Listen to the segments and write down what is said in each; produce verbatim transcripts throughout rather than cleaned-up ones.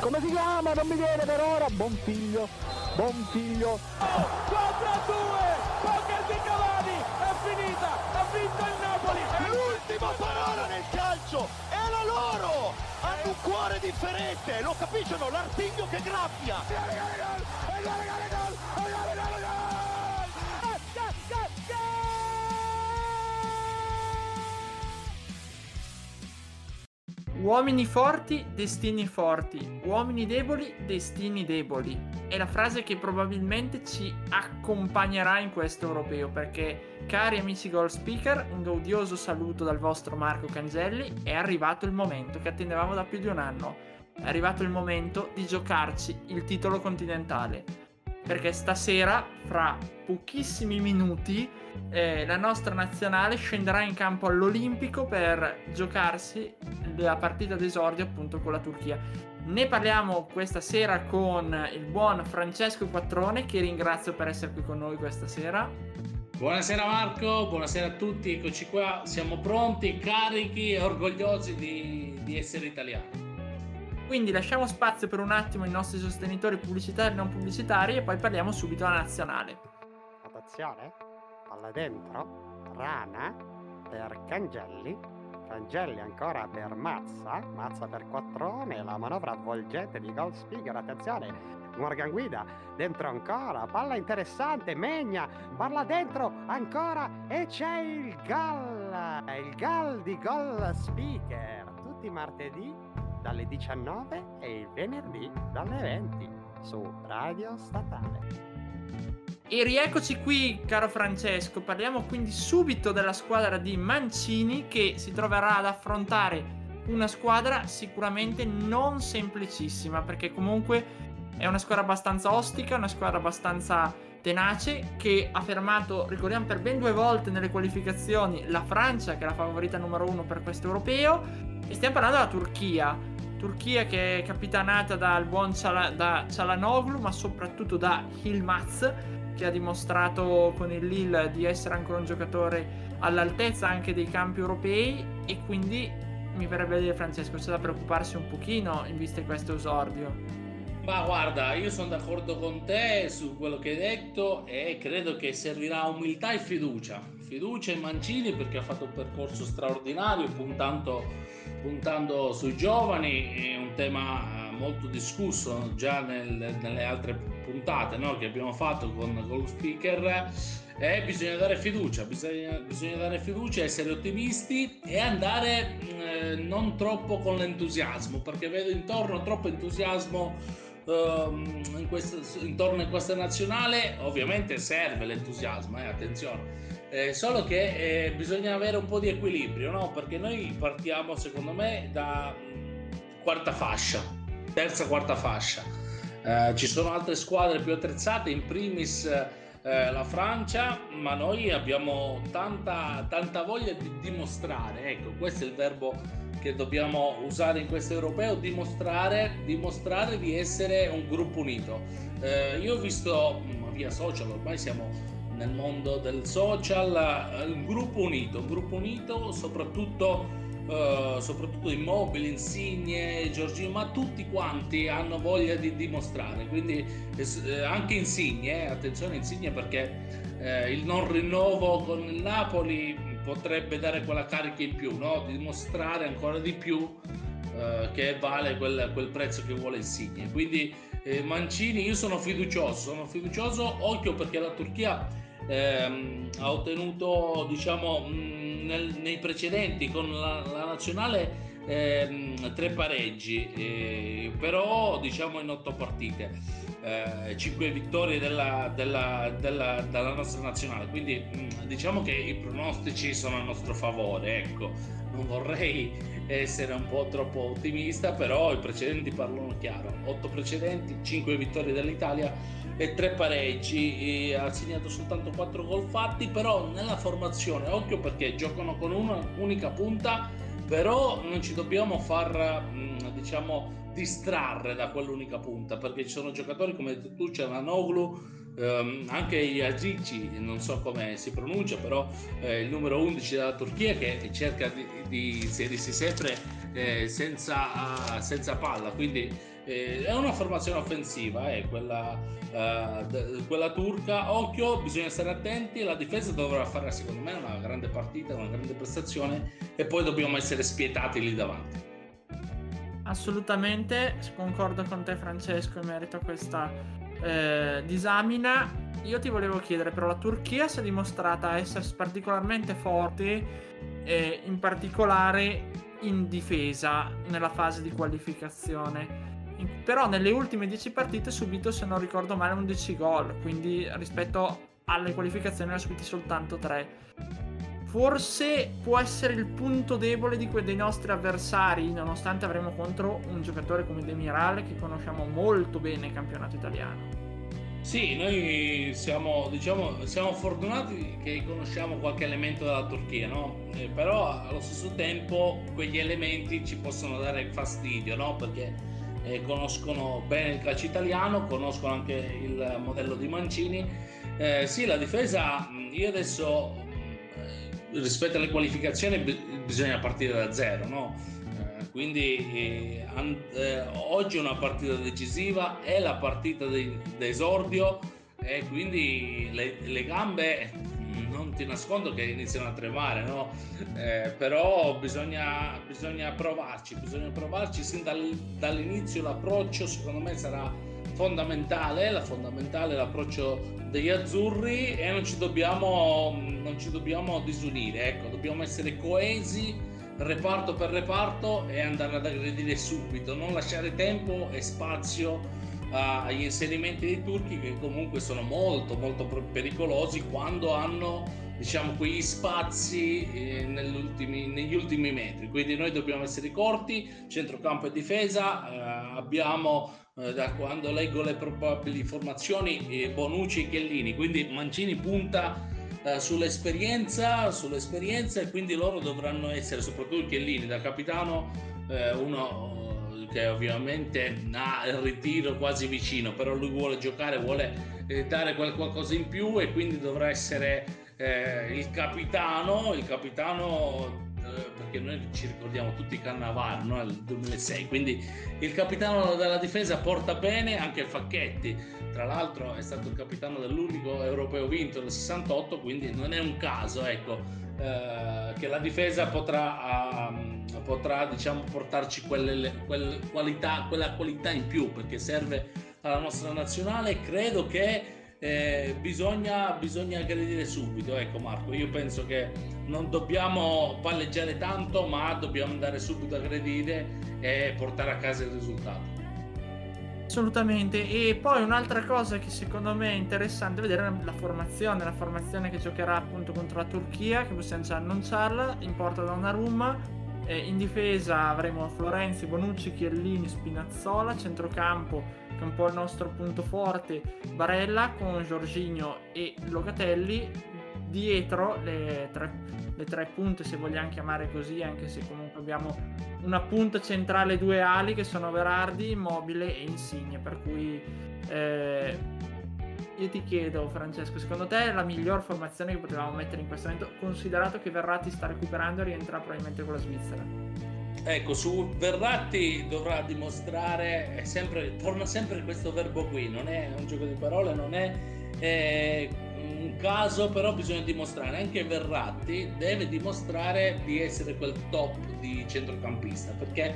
come si chiama? Non mi viene per ora. Buon figlio, buon figlio. quattro a due, poker di Cavani, è finita, ha vinto il Napoli. È l'ultima parola nel calcio, è la loro. Hanno un cuore differente, lo capiscono, l'artiglio che graffia. Uomini forti, destini forti. Uomini deboli, destini deboli. È la frase che probabilmente ci accompagnerà in questo europeo, perché, cari amici Goal Speaker, un gaudioso saluto dal vostro Marco Cangelli. È arrivato il momento che attendevamo da più di un anno. È arrivato il momento di giocarci il titolo continentale, perché stasera, fra pochissimi minuti, eh, la nostra nazionale scenderà in campo all'Olimpico per giocarsi la partita d'esordio appunto con la Turchia. Ne parliamo questa sera con il buon Francesco Quattrone, che ringrazio per essere qui con noi questa sera. Buonasera Marco, buonasera a tutti, eccoci qua, siamo pronti, carichi e orgogliosi di, di essere italiani. Quindi lasciamo spazio per un attimo ai nostri sostenitori pubblicitari e non pubblicitari e poi parliamo subito alla nazionale. Attenzione, palla dentro, Rana per Cangelli, Cangelli ancora per Mazza, Mazza per Quattrone, la manovra avvolgente di Goal Speaker, attenzione, Morgan Guida, dentro ancora, palla interessante, Megna, palla dentro ancora e c'è il gol, il gol di Goal Speaker, tutti martedì dalle diciannove e il venerdì dalle venti su Radio Statale. E rieccoci qui, caro Francesco, parliamo quindi subito della squadra di Mancini, che si troverà ad affrontare una squadra sicuramente non semplicissima, perché comunque è una squadra abbastanza ostica, una squadra abbastanza tenace, che ha fermato, ricordiamo, per ben due volte nelle qualificazioni la Francia, che è la favorita numero uno per questo europeo. E stiamo parlando della Turchia, Turchia che è capitanata dal buon Ciala, da Çalhanoğlu, ma soprattutto da Yılmaz, che ha dimostrato con il Lille di essere ancora un giocatore all'altezza anche dei campi europei, e quindi mi verrebbe a dire, Francesco, c'è da preoccuparsi un pochino in vista di questo esordio. Ma guarda, io sono d'accordo con te su quello che hai detto e credo che servirà umiltà e fiducia. Fiducia in Mancini, perché ha fatto un percorso straordinario puntando, puntando sui giovani, è un tema molto discusso già nel, nelle altre puntate, no, che abbiamo fatto con Goal Speaker. E bisogna dare fiducia, bisogna, bisogna dare fiducia, essere ottimisti e andare eh, non troppo con l'entusiasmo, perché vedo intorno troppo entusiasmo in questo, intorno a questa nazionale. Ovviamente serve l'entusiasmo, eh, attenzione, eh, solo che eh, bisogna avere un po' di equilibrio, no? Perché noi partiamo, secondo me, da quarta fascia, terza quarta fascia, eh, ci sono altre squadre più attrezzate, in primis eh, la Francia, ma noi abbiamo tanta, tanta voglia di dimostrare, ecco, questo è il verbo che dobbiamo usare in questo europeo, dimostrare, dimostrare di essere un gruppo unito. Eh, io ho visto via social, ormai siamo nel mondo del social, un gruppo unito, un gruppo unito soprattutto, eh, soprattutto Immobile, Insigne, Giorgino, ma tutti quanti hanno voglia di dimostrare, quindi eh, anche Insigne, eh, attenzione Insigne, perché eh, il non rinnovo con il Napoli potrebbe dare quella carica in più, no? Dimostrare ancora di più eh, che vale quel, quel prezzo che vuole Insigne. Quindi eh, Mancini, io sono fiducioso, sono fiducioso, occhio, perché la Turchia ehm, ha ottenuto, diciamo, mh, nel, nei precedenti con la, la nazionale ehm, tre pareggi, eh, però diciamo in otto partite. Eh, cinque vittorie della, della, della, della nostra nazionale, quindi mh, diciamo che i pronostici sono a nostro favore, ecco, non vorrei essere un po' troppo ottimista, però i precedenti parlano chiaro, otto precedenti, cinque vittorie dell'Italia e tre pareggi, e ha segnato soltanto quattro gol fatti, però nella formazione occhio, perché giocano con una unica punta, però non ci dobbiamo far mh, diciamo distrarre da quell'unica punta, perché ci sono giocatori come tu, Çalhanoğlu, ehm, anche Yazici, non so come si pronuncia, però eh, il numero undici della Turchia, che cerca di, di inserirsi sempre eh, senza, uh, senza palla, quindi eh, è una formazione offensiva, è eh, quella, uh, de, quella turca. Occhio, bisogna stare attenti, la difesa dovrà fare secondo me una grande partita, una grande prestazione, e poi dobbiamo essere spietati lì davanti. Assolutamente, concordo con te Francesco in merito a questa eh, disamina. Io ti volevo chiedere, però la Turchia si è dimostrata essere particolarmente forte, eh, in particolare in difesa nella fase di qualificazione, in, però nelle ultime dieci partite ha subito, se non ricordo male, undici gol, quindi rispetto alle qualificazioni ne ha subiti soltanto tre. Forse può essere il punto debole di que- dei nostri avversari, nonostante avremo contro un giocatore come Demiral che conosciamo molto bene il campionato italiano. Sì, noi siamo, diciamo, siamo fortunati che conosciamo qualche elemento della Turchia, no? Eh, però allo stesso tempo quegli elementi ci possono dare fastidio, no? Perché eh, conoscono bene il calcio italiano, conoscono anche il modello di Mancini. Eh, sì, la difesa, io adesso rispetto alle qualificazioni b- bisogna partire da zero, no? Eh, quindi eh, an- eh, oggi è una partita decisiva, è la partita d'esordio, e quindi le, le gambe non ti nascondo che iniziano a tremare, no? Eh, però bisogna, bisogna provarci, bisogna provarci sin dal, dall'inizio. L'approccio secondo me sarà fondamentale, la fondamentale è l'approccio degli azzurri, e non ci dobbiamo non ci dobbiamo disunire, ecco, dobbiamo essere coesi reparto per reparto e andare ad aggredire subito, non lasciare tempo e spazio agli inserimenti dei turchi, che comunque sono molto molto pericolosi quando hanno, diciamo, quegli spazi eh, negli ultimi, negli ultimi metri. Quindi noi dobbiamo essere corti, centrocampo e difesa. Eh, abbiamo eh, da quando leggo le probabili formazioni eh, Bonucci e Chiellini, quindi Mancini punta eh, sull'esperienza sull'esperienza e quindi loro dovranno essere, soprattutto Chiellini da capitano, eh, uno che ovviamente ha il ritiro quasi vicino, però lui vuole giocare, vuole eh, dare qualcosa in più, e quindi dovrà essere eh, il capitano il capitano eh, perché noi ci ricordiamo tutti Cannavaro, no? Nel duemilasei, quindi il capitano della difesa porta bene. Anche Facchetti, tra l'altro, è stato il capitano dell'unico europeo vinto nel sessantotto, quindi non è un caso, ecco, eh, che la difesa potrà um, potrà diciamo portarci quelle, quelle qualità, quella qualità in più, perché serve alla nostra nazionale. Credo che eh, bisogna, bisogna aggredire subito, ecco Marco, io penso che non dobbiamo palleggiare tanto, ma dobbiamo andare subito a aggredire e portare a casa il risultato. Assolutamente. E poi un'altra cosa che secondo me è interessante vedere è la formazione la formazione che giocherà appunto contro la Turchia, che possiamo già annunciarla. In porta Donnarumma. Eh, in difesa avremo Florenzi, Bonucci, Chiellini, Spinazzola. Centrocampo, che è un po' il nostro punto forte, Barella con Jorginho e Locatelli. Dietro le tre, le tre punte, se vogliamo chiamare così, anche se comunque abbiamo una punta centrale e due ali che sono Verardi, Immobile e Insigne. Per cui eh, io ti chiedo, Francesco, secondo te è la miglior formazione che potevamo mettere in questo momento, considerato che Verratti sta recuperando e rientra probabilmente con la Svizzera? Ecco, su Verratti dovrà dimostrare, è sempre, torna sempre questo verbo qui, non è un gioco di parole, non è eh, un caso, però bisogna dimostrare, anche Verratti deve dimostrare di essere quel top di centrocampista, perché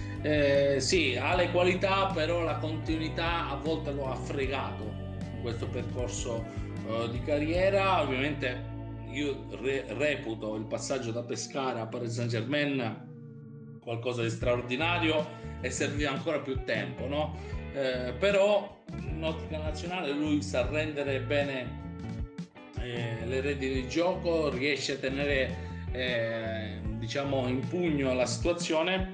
eh, sì, ha le qualità, però la continuità a volte lo ha fregato in questo percorso uh, di carriera. Ovviamente io re- reputo il passaggio da Pescara a Paris Saint-Germain qualcosa di straordinario e serviva ancora più tempo, no? Eh, però in ottica nazionale lui sa rendere bene eh, le redini di gioco, riesce a tenere eh, diciamo in pugno la situazione.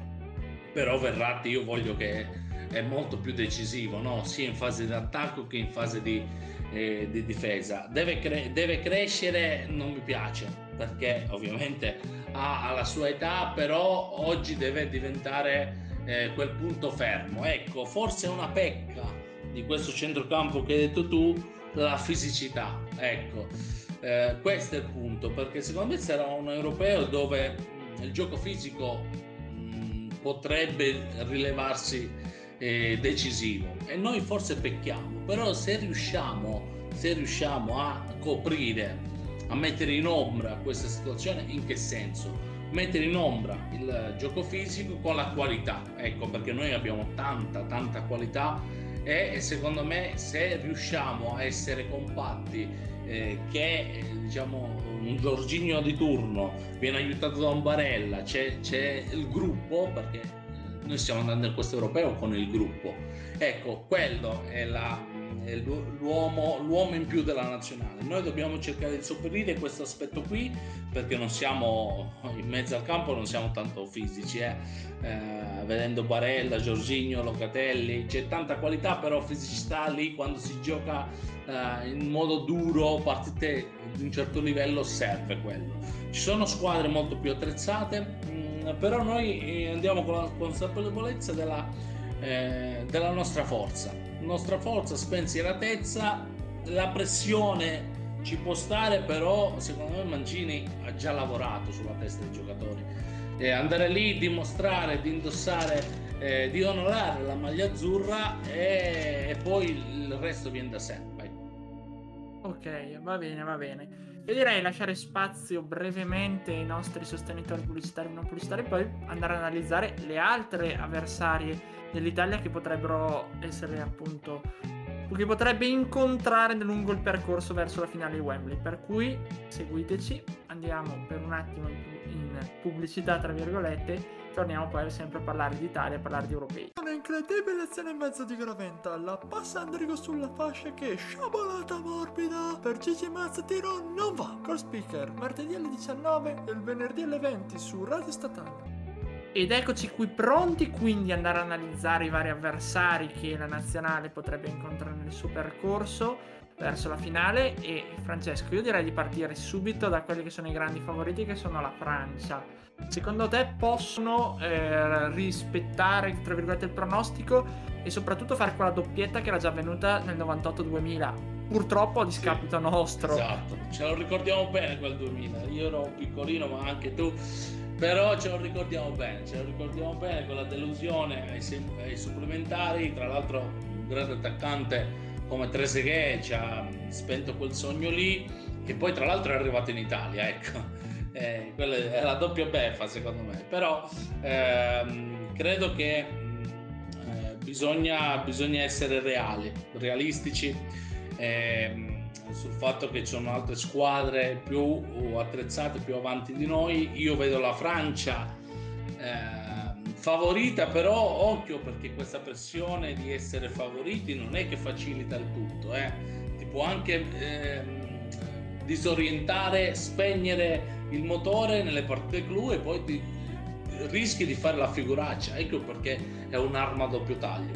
Però Verratti io voglio che è molto più decisivo, no? Sia in fase di attacco che in fase di, eh, di difesa. Deve, cre- deve crescere, non mi piace, perché ovviamente ha, ha la sua età, però oggi deve diventare eh, quel punto fermo. Ecco, forse una pecca di questo centrocampo che hai detto tu, la fisicità. Ecco, eh, questo è il punto, perché secondo me sarà un europeo dove mh, il gioco fisico mh, potrebbe rilevarsi eh, decisivo, e noi forse pecchiamo, però se riusciamo, se riusciamo a coprire, a mettere in ombra questa situazione, in che senso? Mettere in ombra il gioco fisico con la qualità, ecco, perché noi abbiamo tanta tanta qualità, e secondo me se riusciamo a essere compatti, eh, che eh, diciamo un Jorginho di turno viene aiutato da un Barella, c'è, c'è il gruppo, perché noi stiamo andando in questo europeo con il gruppo, ecco, quello è la L'uomo, l'uomo in più della nazionale. Noi dobbiamo cercare di sopperire questo aspetto qui, perché non siamo in mezzo al campo, non siamo tanto fisici, eh? Eh, vedendo Barella, Jorginho, Locatelli, c'è tanta qualità, però fisicità lì quando si gioca eh, in modo duro, partite di un certo livello, serve quello. Ci sono squadre molto più attrezzate, mh, però noi andiamo con la consapevolezza della, eh, della nostra forza. nostra forza, spensieratezza, la pressione ci può stare, però secondo me Mancini ha già lavorato sulla testa dei giocatori, e andare lì, dimostrare di indossare, eh, di onorare la maglia azzurra, e, e poi il resto viene da sé. Vai. Ok, va bene, va bene. Io direi lasciare spazio brevemente ai nostri sostenitori pubblicitari e non pubblicitari, poi andare ad analizzare le altre avversarie dell'Italia che potrebbero essere appunto, che potrebbe incontrare lungo il percorso verso la finale di Wembley. Per cui seguiteci, andiamo per un attimo in pubblicità tra virgolette, torniamo poi sempre a parlare d'Italia, a parlare di europei. Un'incredibile azione in mezzo di Graventa, la passa Andrigo sulla fascia che sciabolata morbida per Gigi Mazza, tiro non va. Col speaker martedì alle diciannove e il venerdì alle venti su Radio Statale. Ed eccoci qui pronti quindi ad andare a analizzare i vari avversari che la nazionale potrebbe incontrare nel suo percorso verso la finale. E Francesco, io direi di partire subito da quelli che sono i grandi favoriti, che sono la Francia. Secondo te possono eh, rispettare tra virgolette il pronostico e soprattutto fare quella doppietta che era già avvenuta nel novantotto duemila, purtroppo a discapito sì, nostro? Esatto, ce lo ricordiamo bene quel duemila, io ero piccolino ma anche tu, però ce lo ricordiamo bene, ce lo ricordiamo bene con la delusione ai, sem- ai supplementari. Tra l'altro un grande attaccante come Trezeguet ci ha spento quel sogno lì, che poi tra l'altro è arrivato in Italia, ecco. Eh, quella è la doppia beffa secondo me, però ehm, credo che eh, bisogna, bisogna essere reali, realistici ehm, sul fatto che ci sono altre squadre più attrezzate, più avanti di noi. Io vedo la Francia eh, favorita, però occhio, perché questa pressione di essere favoriti non è che facilita il tutto, eh. ti può anche eh, disorientare, spegnere il motore nelle partite clou e poi ti rischi di fare la figuraccia. Ecco perché è un'arma a doppio taglio.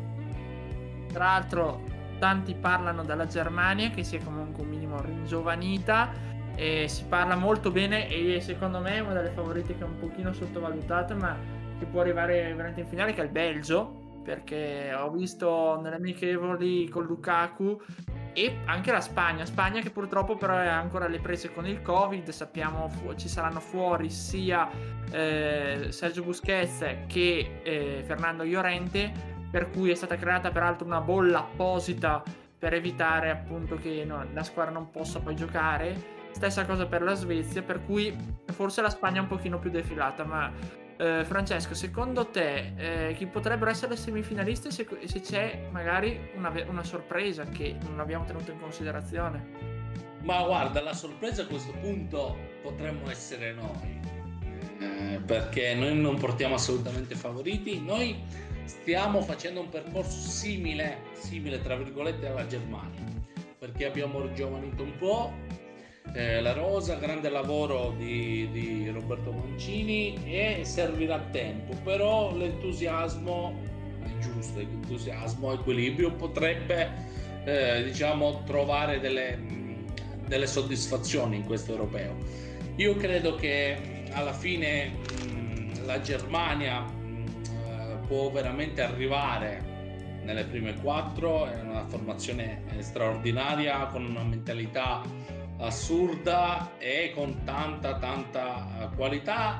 Tra l'altro tanti parlano della Germania, che si è comunque un minimo ringiovanita, e si parla molto bene, e secondo me è una delle favorite che è un pochino sottovalutata ma che può arrivare veramente in finale, che è il Belgio, perché ho visto nelle amichevoli con Lukaku, e anche la Spagna, Spagna che purtroppo però è ancora alle prese con il Covid. Sappiamo fu- ci saranno fuori sia eh, Sergio Busquets che eh, Fernando Llorente, per cui è stata creata peraltro una bolla apposita per evitare appunto che no, la squadra non possa poi giocare. Stessa cosa per la Svezia, per cui forse la Spagna è un pochino più defilata. Ma eh, Francesco, secondo te eh, chi potrebbero essere le semifinaliste, se, se c'è magari una, una sorpresa che non abbiamo tenuto in considerazione? Ma guarda, la sorpresa a questo punto potremmo essere noi, eh, perché noi non portiamo assolutamente favoriti. Noi stiamo facendo un percorso simile, simile tra virgolette alla Germania, perché abbiamo ringiovanito un po' eh, la rosa, grande lavoro di, di Roberto Mancini, e servirà tempo, però l'entusiasmo è giusto, l'entusiasmo, equilibrio potrebbe eh, diciamo trovare delle, delle soddisfazioni in questo europeo. Io credo che alla fine mh, la Germania mh, può veramente arrivare nelle prime quattro, è una formazione straordinaria, con una mentalità assurda e con tanta tanta qualità,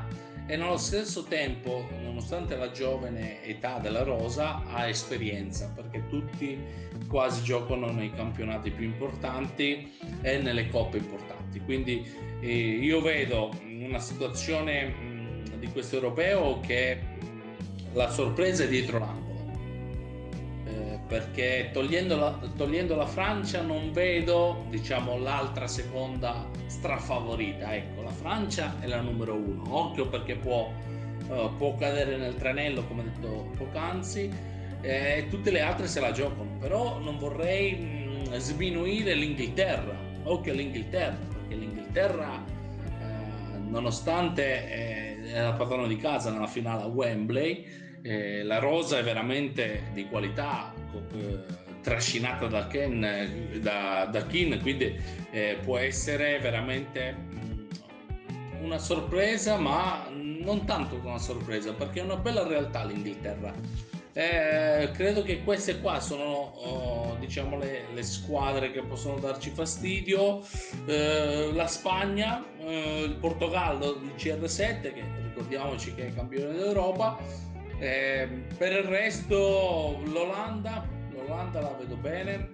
e nello stesso tempo, nonostante la giovane età della rosa, ha esperienza, perché tutti quasi giocano nei campionati più importanti e nelle coppe importanti. Quindi eh, io vedo una situazione mh, di questo europeo che mh, la sorpresa è dietro l'angolo, eh, perché togliendo la, togliendo la Francia non vedo, diciamo, l'altra seconda strafavorita. Ecco, la Francia è la numero uno, occhio, perché può, uh, può cadere nel tranello, come detto poc'anzi, e eh, tutte le altre se la giocano. Però non vorrei mh, sminuire l'Inghilterra, occhio all'Inghilterra, perché l'Inghilterra eh, nonostante eh, è la padrona di casa nella finale a Wembley, eh, la rosa è veramente di qualità, eh, trascinata da Ken, da, da Keane, quindi eh, può essere veramente mh, una sorpresa, ma non tanto una sorpresa, perché è una bella realtà l'Inghilterra. Eh, credo che queste qua sono oh, diciamo le, le squadre che possono darci fastidio. Eh, la Spagna, eh, il Portogallo, il C R sette, che ricordiamoci che è campione d'Europa. Eh, per il resto l'Olanda l'Olanda la vedo bene.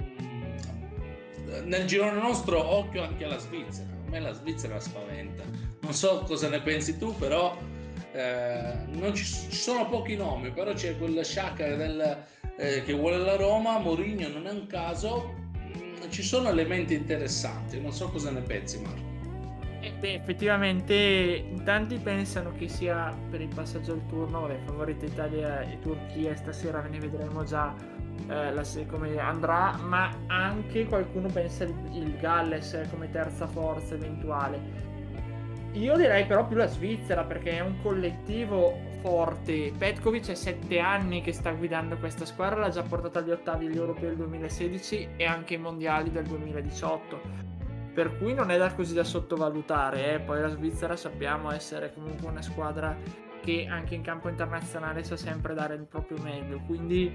Nel girone nostro occhio anche alla Svizzera. A me la Svizzera spaventa, non so cosa ne pensi tu, però eh, non ci, ci sono pochi nomi, però c'è quel Xhaka del, eh, che vuole la Roma. Mourinho non è un caso. Ci sono elementi interessanti, non so cosa ne pensi, Marco. Eh beh, effettivamente in tanti pensano che sia per il passaggio al turno, vabbè, favorita Italia e Turchia, stasera ne vedremo già eh, la, come andrà, ma anche qualcuno pensa il, il Galles come terza forza eventuale. Io direi però più la Svizzera, perché è un collettivo forte. Petkovic è sette anni che sta guidando questa squadra, l'ha già portata agli ottavi agli europei del duemilasedici e anche ai mondiali del duemiladiciotto. Per cui non è da così da sottovalutare, eh. Poi la Svizzera sappiamo essere comunque una squadra che anche in campo internazionale sa sempre dare il proprio meglio, quindi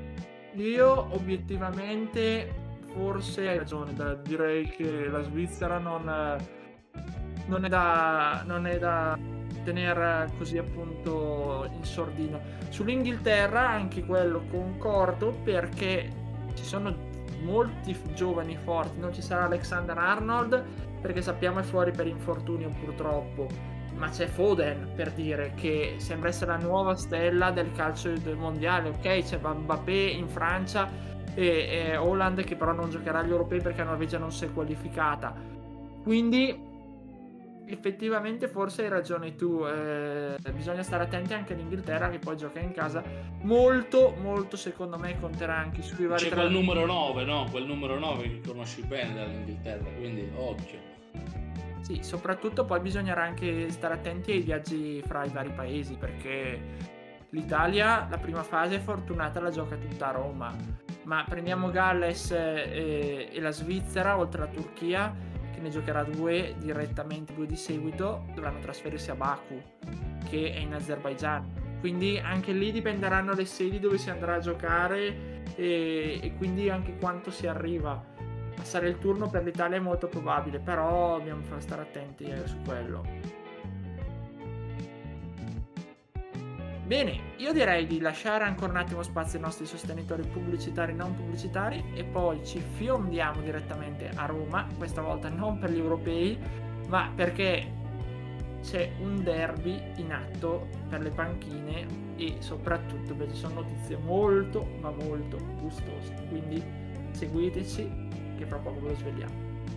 io obiettivamente forse hai ragione, da, direi che la Svizzera non, non, è da, non è da tenere così appunto in sordina. Sull'Inghilterra anche quello concordo, perché ci sono molti giovani forti. Non ci sarà Alexander Arnold perché sappiamo è fuori per infortunio purtroppo, ma c'è Foden, per dire, che sembra essere la nuova stella del calcio del mondiale. Ok, c'è Mbappé in Francia e, e Holland che però non giocherà agli europei perché la Norvegia non si è qualificata, quindi effettivamente forse hai ragione tu, eh, bisogna stare attenti anche all'Inghilterra che poi gioca in casa. Molto molto secondo me conterà anche sui vari. C'è quel numero nove, no? Quel numero nove che conosci bene dall'Inghilterra, quindi occhio. Sì, soprattutto poi bisognerà anche stare attenti ai viaggi fra i vari paesi, perché l'Italia la prima fase è fortunata, la gioca tutta a Roma, ma prendiamo Galles e, e la Svizzera, oltre alla Turchia che ne giocherà due direttamente, due di seguito, dovranno trasferirsi a Baku che è in Azerbaigian, quindi anche lì dipenderanno le sedi dove si andrà a giocare e, e quindi anche quanto si arriva. Passare il turno per l'Italia è molto probabile, però dobbiamo stare attenti eh, su quello. Bene, io direi di lasciare ancora un attimo spazio ai nostri sostenitori pubblicitari e non pubblicitari e poi ci fiondiamo direttamente a Roma, questa volta non per gli europei, ma perché c'è un derby in atto per le panchine e soprattutto beh, ci sono notizie molto ma molto gustose, quindi seguiteci che fra poco ve lo svegliamo.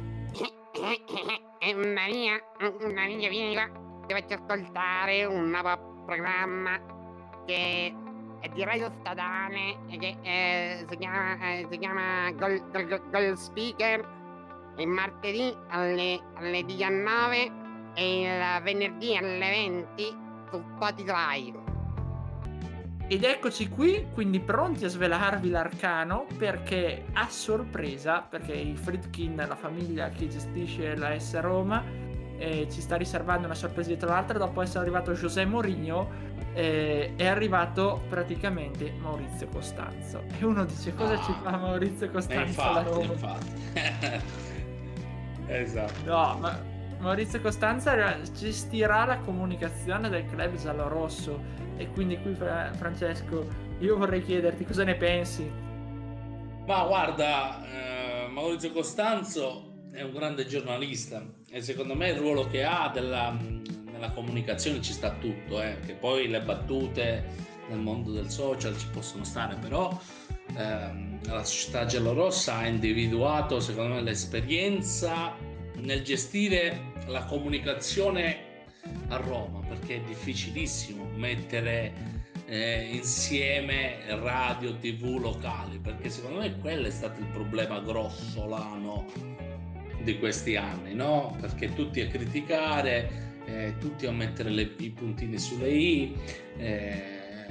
Maria, Maria, vieni qua, ti faccio ascoltare un nuovo programma che è di radio statale e che eh, si chiama, eh, si chiama Goal, Goal, Goal Speaker, il martedì alle, alle diciannove e il venerdì alle venti su Spotify. Ed eccoci qui, quindi pronti a svelarvi l'arcano, perché a sorpresa, perché i Friedkin, la famiglia che gestisce la S Roma, eh, ci sta riservando una sorpresa dietro l'altra. Dopo essere arrivato José Mourinho, eh, è arrivato praticamente Maurizio Costanzo. E uno dice, cosa ah, ci fa Maurizio Costanzo alla Roma? Infatti. Esatto. No, ma Maurizio Costanza gestirà la comunicazione del club giallorosso, e quindi qui Fra- Francesco, io vorrei chiederti cosa ne pensi. Ma guarda, eh, Maurizio Costanzo è un grande giornalista e secondo me il ruolo che ha della, nella comunicazione ci sta tutto, eh, che poi le battute nel mondo del social ci possono stare, però ehm, la società giallorossa ha individuato secondo me l'esperienza nel gestire la comunicazione a Roma, perché è difficilissimo mettere eh, insieme radio, tv locali, perché secondo me quello è stato il problema grossolano di questi anni, no? Perché tutti a criticare, eh, tutti a mettere le, i puntini sulle i, eh,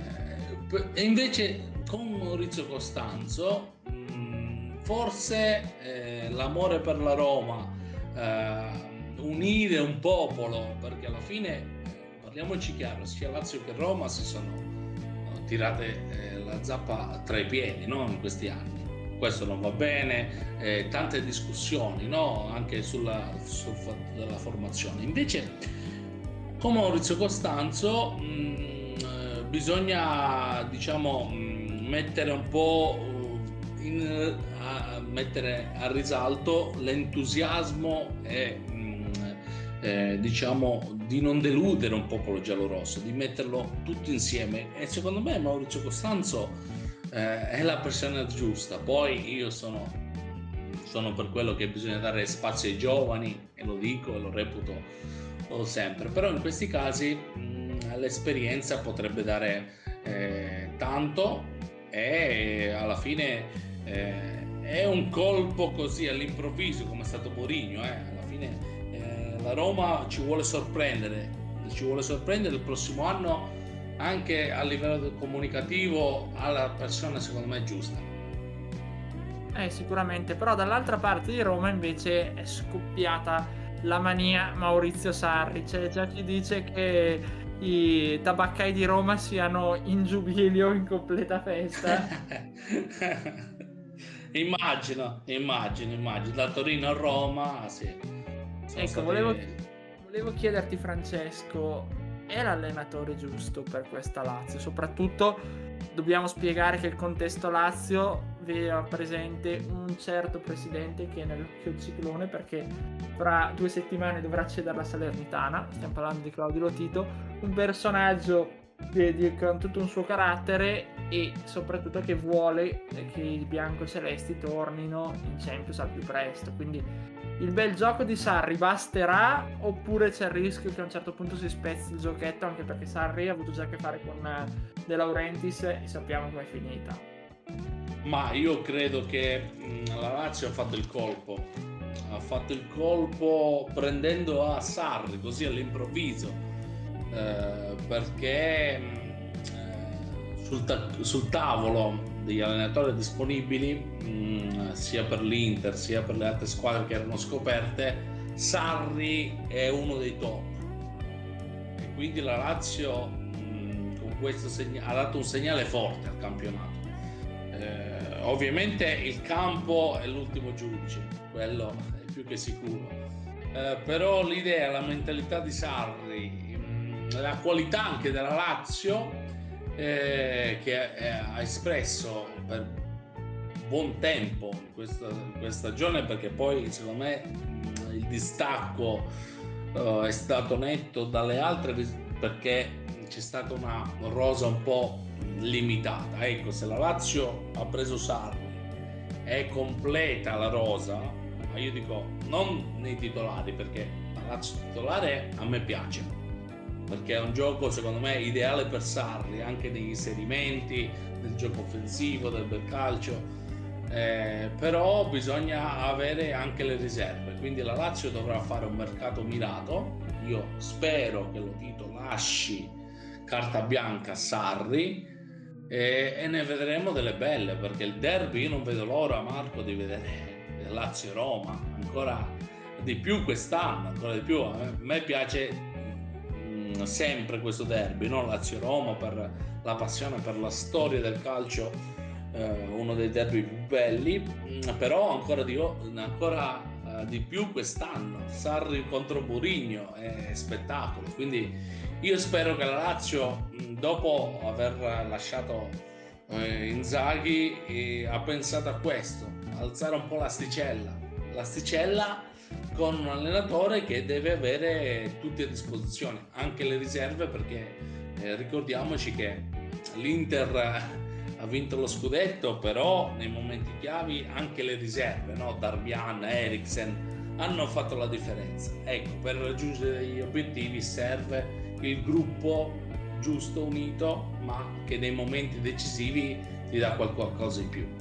e invece con Maurizio Costanzo mh, forse eh, l'amore per la Roma, eh, unire un popolo, perché alla fine, parliamoci chiaro, sia Lazio che Roma si sono tirate eh, la zappa tra i piedi, no? In questi anni questo non va bene, eh, tante discussioni, no? Anche sulla, sul fatto della formazione. Invece con Maurizio Costanzo mh, bisogna, diciamo, mh, mettere un po' in, a, mettere a risalto l'entusiasmo e Eh, diciamo di non deludere un popolo giallorosso, di metterlo tutto insieme, e secondo me Maurizio Costanzo eh, è la persona giusta. Poi io sono, sono per quello che bisogna dare spazio ai giovani, e lo dico e lo reputo sempre, però in questi casi mh, l'esperienza potrebbe dare eh, tanto, e alla fine eh, è un colpo così all'improvviso come è stato Mourinho, eh, alla fine la Roma ci vuole sorprendere, ci vuole sorprendere il prossimo anno anche a livello comunicativo, alla persona secondo me giusta. Eh, sicuramente, però dall'altra parte di Roma invece è scoppiata la mania Maurizio Sarri. C'è già chi dice che i tabaccai di Roma siano in giubileo, in completa festa. immagino, immagino, immagino, da Torino a Roma, sì. Ecco, stati... volevo, volevo chiederti, Francesco, è l'allenatore giusto per questa Lazio? Soprattutto dobbiamo spiegare che il contesto Lazio aveva presente un certo presidente che è nell'occhio del ciclone, perché fra due settimane dovrà cedere la Salernitana, stiamo parlando di Claudio Lotito, un personaggio che con tutto un suo carattere, e soprattutto che vuole che i biancocelesti tornino in Champions al più presto. Quindi il bel gioco di Sarri basterà, oppure c'è il rischio che a un certo punto si spezzi il giochetto, anche perché Sarri ha avuto già a che fare con De Laurentiis e sappiamo com'è finita? Ma io credo che mh, la Lazio ha fatto il colpo ha fatto il colpo prendendo a Sarri così all'improvviso, eh, perché mh, sul, ta- sul tavolo degli allenatori disponibili, mh, sia per l'Inter sia per le altre squadre che erano scoperte, Sarri è uno dei top, e quindi la Lazio mh, con questo segna- ha dato un segnale forte al campionato. Eh, ovviamente il campo è l'ultimo giudice, quello è più che sicuro, eh, però l'idea, la mentalità di Sarri, mh, la qualità anche della Lazio, Eh, che eh, ha espresso per buon tempo in questa, in questa stagione, perché poi secondo me mh, il distacco uh, è stato netto dalle altre, perché c'è stata una rosa un po' limitata. Ecco, se la Lazio ha preso Sarri, è completa la rosa, ma io dico non nei titolari, perché la Lazio titolare a me piace, perché è un gioco secondo me ideale per Sarri, anche negli inserimenti del gioco offensivo, del bel calcio, eh, però bisogna avere anche le riserve, quindi la Lazio dovrà fare un mercato mirato. Io spero che Lotito lasci carta bianca a Sarri, e, e ne vedremo delle belle, perché il derby io non vedo l'ora, Marco, di vedere Lazio-Roma ancora di più quest'anno, ancora di più. A me piace sempre questo derby, no? Lazio-Roma, per la passione, per la storia del calcio, eh, uno dei derby più belli, però ancora, di, ancora uh, di più quest'anno. Sarri contro Mourinho è spettacolo, quindi io spero che la Lazio, dopo aver lasciato eh, Inzaghi, eh, ha pensato a questo, alzare un po' l'asticella l'asticella con un allenatore che deve avere tutti a disposizione, anche le riserve, perché eh, ricordiamoci che l'Inter ha vinto lo scudetto, però nei momenti chiavi anche le riserve, no? Darmian, Eriksen hanno fatto la differenza. Ecco, per raggiungere gli obiettivi serve il gruppo giusto, unito, ma che nei momenti decisivi ti dà qualcosa in più.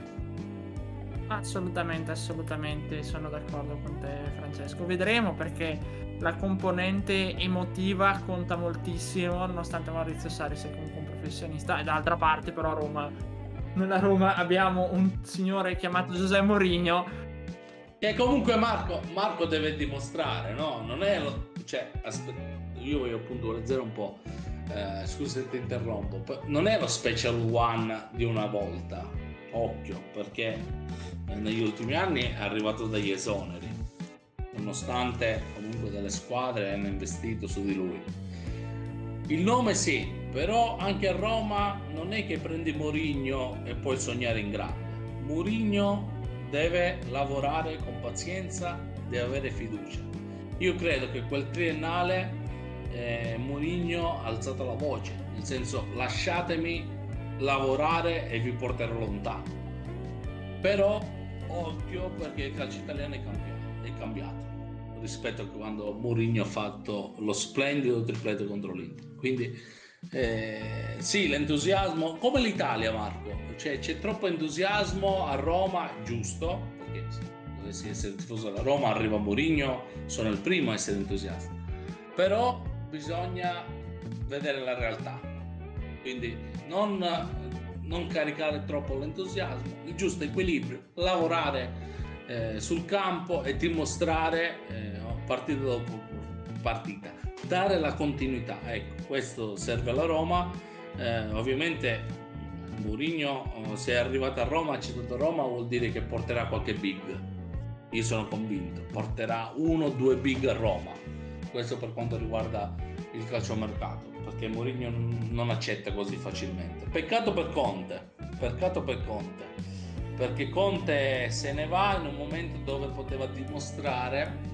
Assolutamente, assolutamente sono d'accordo con te, Francesco. Vedremo, perché la componente emotiva conta moltissimo, nonostante Maurizio Sarri sia comunque un professionista, e dall'altra parte però a Roma, nella Roma abbiamo un signore chiamato José Mourinho che comunque Marco, Marco deve dimostrare, no? Non è lo, cioè, aspetta, io voglio puntualizzare un po', eh, scusa se ti interrompo, non è lo special one di una volta, occhio, perché negli ultimi anni è arrivato dagli esoneri, nonostante comunque delle squadre hanno investito su di lui. Il nome sì, però anche a Roma non è che prendi Mourinho e puoi sognare in grande. Mourinho deve lavorare con pazienza, deve avere fiducia. Io credo che quel triennale eh, Mourinho ha alzato la voce, nel senso: lasciatemi lavorare e vi porterò lontano. Però occhio, perché il calcio italiano è cambiato, è cambiato rispetto a quando Mourinho ha fatto lo splendido tripletto contro l'Inter. Quindi eh, sì, l'entusiasmo, come l'Italia, Marco, cioè c'è troppo entusiasmo a Roma, giusto, perché se dovessi essere tifoso della Roma, arriva Mourinho, sono il primo a essere entusiasta, però bisogna vedere la realtà, quindi non, non caricare troppo l'entusiasmo, il giusto equilibrio, lavorare eh, sul campo e dimostrare eh, partita dopo partita, dare la continuità. Ecco, questo serve alla Roma. Eh, ovviamente Mourinho, se è arrivato a Roma, ha citato Roma, vuol dire che porterà qualche big. Io sono convinto, porterà uno o due big a Roma. Questo per quanto riguarda il calciomercato, perché Mourinho non accetta così facilmente. Peccato per Conte, peccato per Conte, perché Conte se ne va in un momento dove poteva dimostrare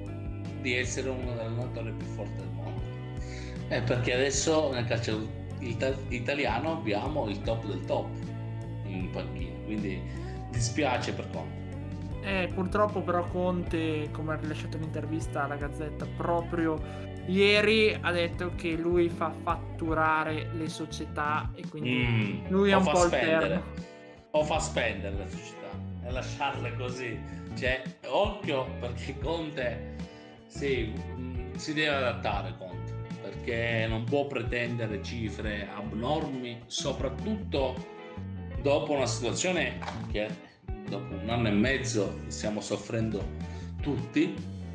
di essere uno degli allenatori più forti del mondo. Eh, perché adesso nel calcio italiano abbiamo il top del top in panchina, quindi dispiace per Conte. Eh, purtroppo però Conte, come ha rilasciato un'intervista alla Gazzetta proprio ieri, ha detto che lui fa fatturare le società e quindi mm, lui è un po' il terno. O fa spendere le società e lasciarle così. Cioè, occhio, perché Conte sì, si deve adattare, Conte, perché non può pretendere cifre abnormi, soprattutto dopo una situazione che dopo un anno e mezzo stiamo soffrendo tutti.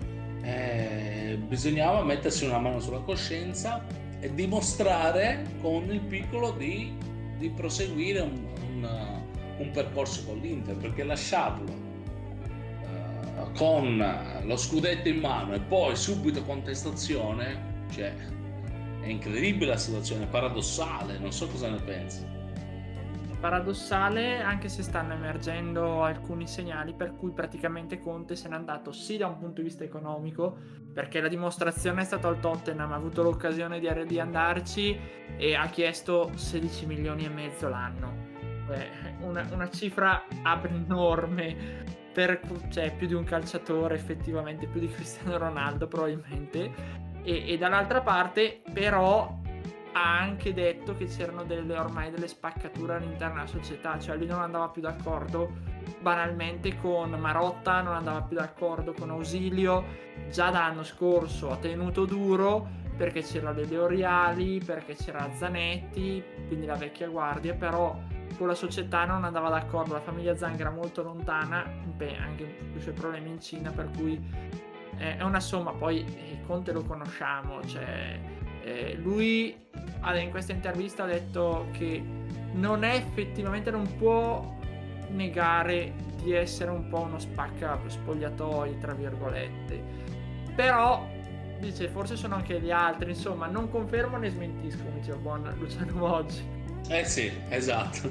Eh, bisognava mettersi una mano sulla coscienza e dimostrare con il piccolo di, di proseguire un, un, un percorso con l'Inter, perché lasciarlo con lo scudetto in mano e poi subito contestazione, cioè è incredibile la situazione, è paradossale, non so cosa ne pensi. Paradossale, anche se stanno emergendo alcuni segnali per cui praticamente Conte se n'è andato sì da un punto di vista economico, perché la dimostrazione è stata al Tottenham, ha avuto l'occasione di, di andarci e ha chiesto sedici milioni e mezzo l'anno, eh, una, una cifra abnorme per, cioè, più di un calciatore, effettivamente più di Cristiano Ronaldo probabilmente, e, e dall'altra parte però ha anche detto che c'erano delle, ormai delle spaccature all'interno della società, cioè lui non andava più d'accordo banalmente con Marotta, non andava più d'accordo con Ausilio, già dall'anno scorso ha tenuto duro perché c'era Lele Oriali, perché c'era Zanetti, quindi la vecchia guardia, però con la società non andava d'accordo, la famiglia Zhang era molto lontana, beh, anche i suoi problemi in Cina, per cui eh, è una somma. Poi eh, Conte lo conosciamo, cioè eh, lui in questa intervista ha detto che non è effettivamente, non può negare di essere un po' uno spacca spogliatoi, tra virgolette. Però dice forse sono anche gli altri, insomma non confermo né smentisco, come diceva buon Luciano Moggi. Eh sì, esatto.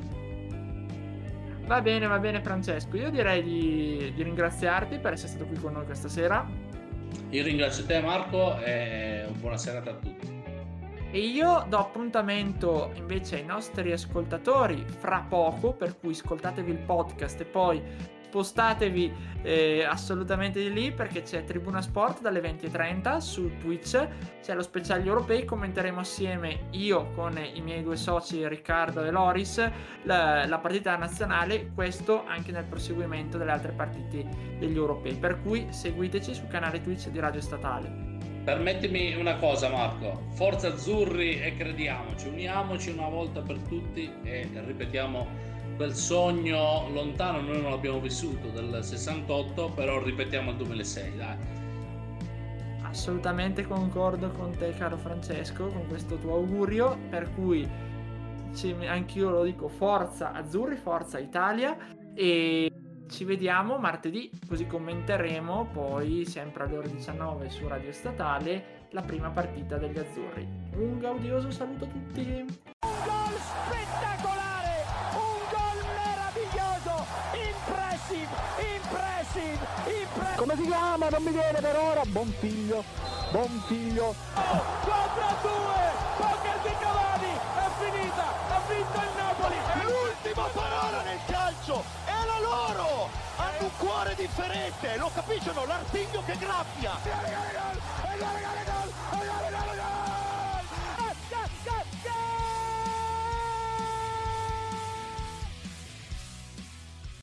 Va bene, va bene Francesco, io direi di, di ringraziarti per essere stato qui con noi questa sera. Io ringrazio te Marco e buona serata a tutti. E io do appuntamento invece ai nostri ascoltatori fra poco, per cui ascoltatevi il podcast e poi spostatevi eh, assolutamente di lì, perché c'è Tribuna Sport dalle venti e trenta su Twitch, c'è lo speciale europei, commenteremo assieme io con i miei due soci Riccardo e Loris la, la partita nazionale, questo anche nel proseguimento delle altre partite degli europei, per cui seguiteci sul canale Twitch di Radio Statale. Permettimi una cosa Marco, forza azzurri e crediamoci, uniamoci una volta per tutti e ripetiamo quel sogno lontano, noi non l'abbiamo vissuto, del sessantotto, però ripetiamo il duemilasei, dai. Assolutamente concordo con te caro Francesco, con questo tuo augurio, per cui anch'io lo dico, forza azzurri, forza Italia, e ci vediamo martedì, così commenteremo poi sempre alle ore diciannove su Radio Statale la prima partita degli azzurri. Un gaudioso saluto a tutti. Un gol spettacolare, un gol meraviglioso, impressive, impressive, impressive. Come si chiama? Non mi viene per ora. Buon figlio, buon figlio. quattro a due, poker di Cavani, è finita, ha vinto il Napoli. È l'ultima parola nel calcio, è la loro! Hanno un cuore differente, lo capiscono? L'artiglio che graffia! Gol, gol, gol, gol, gol, gol, gol, gol, gol.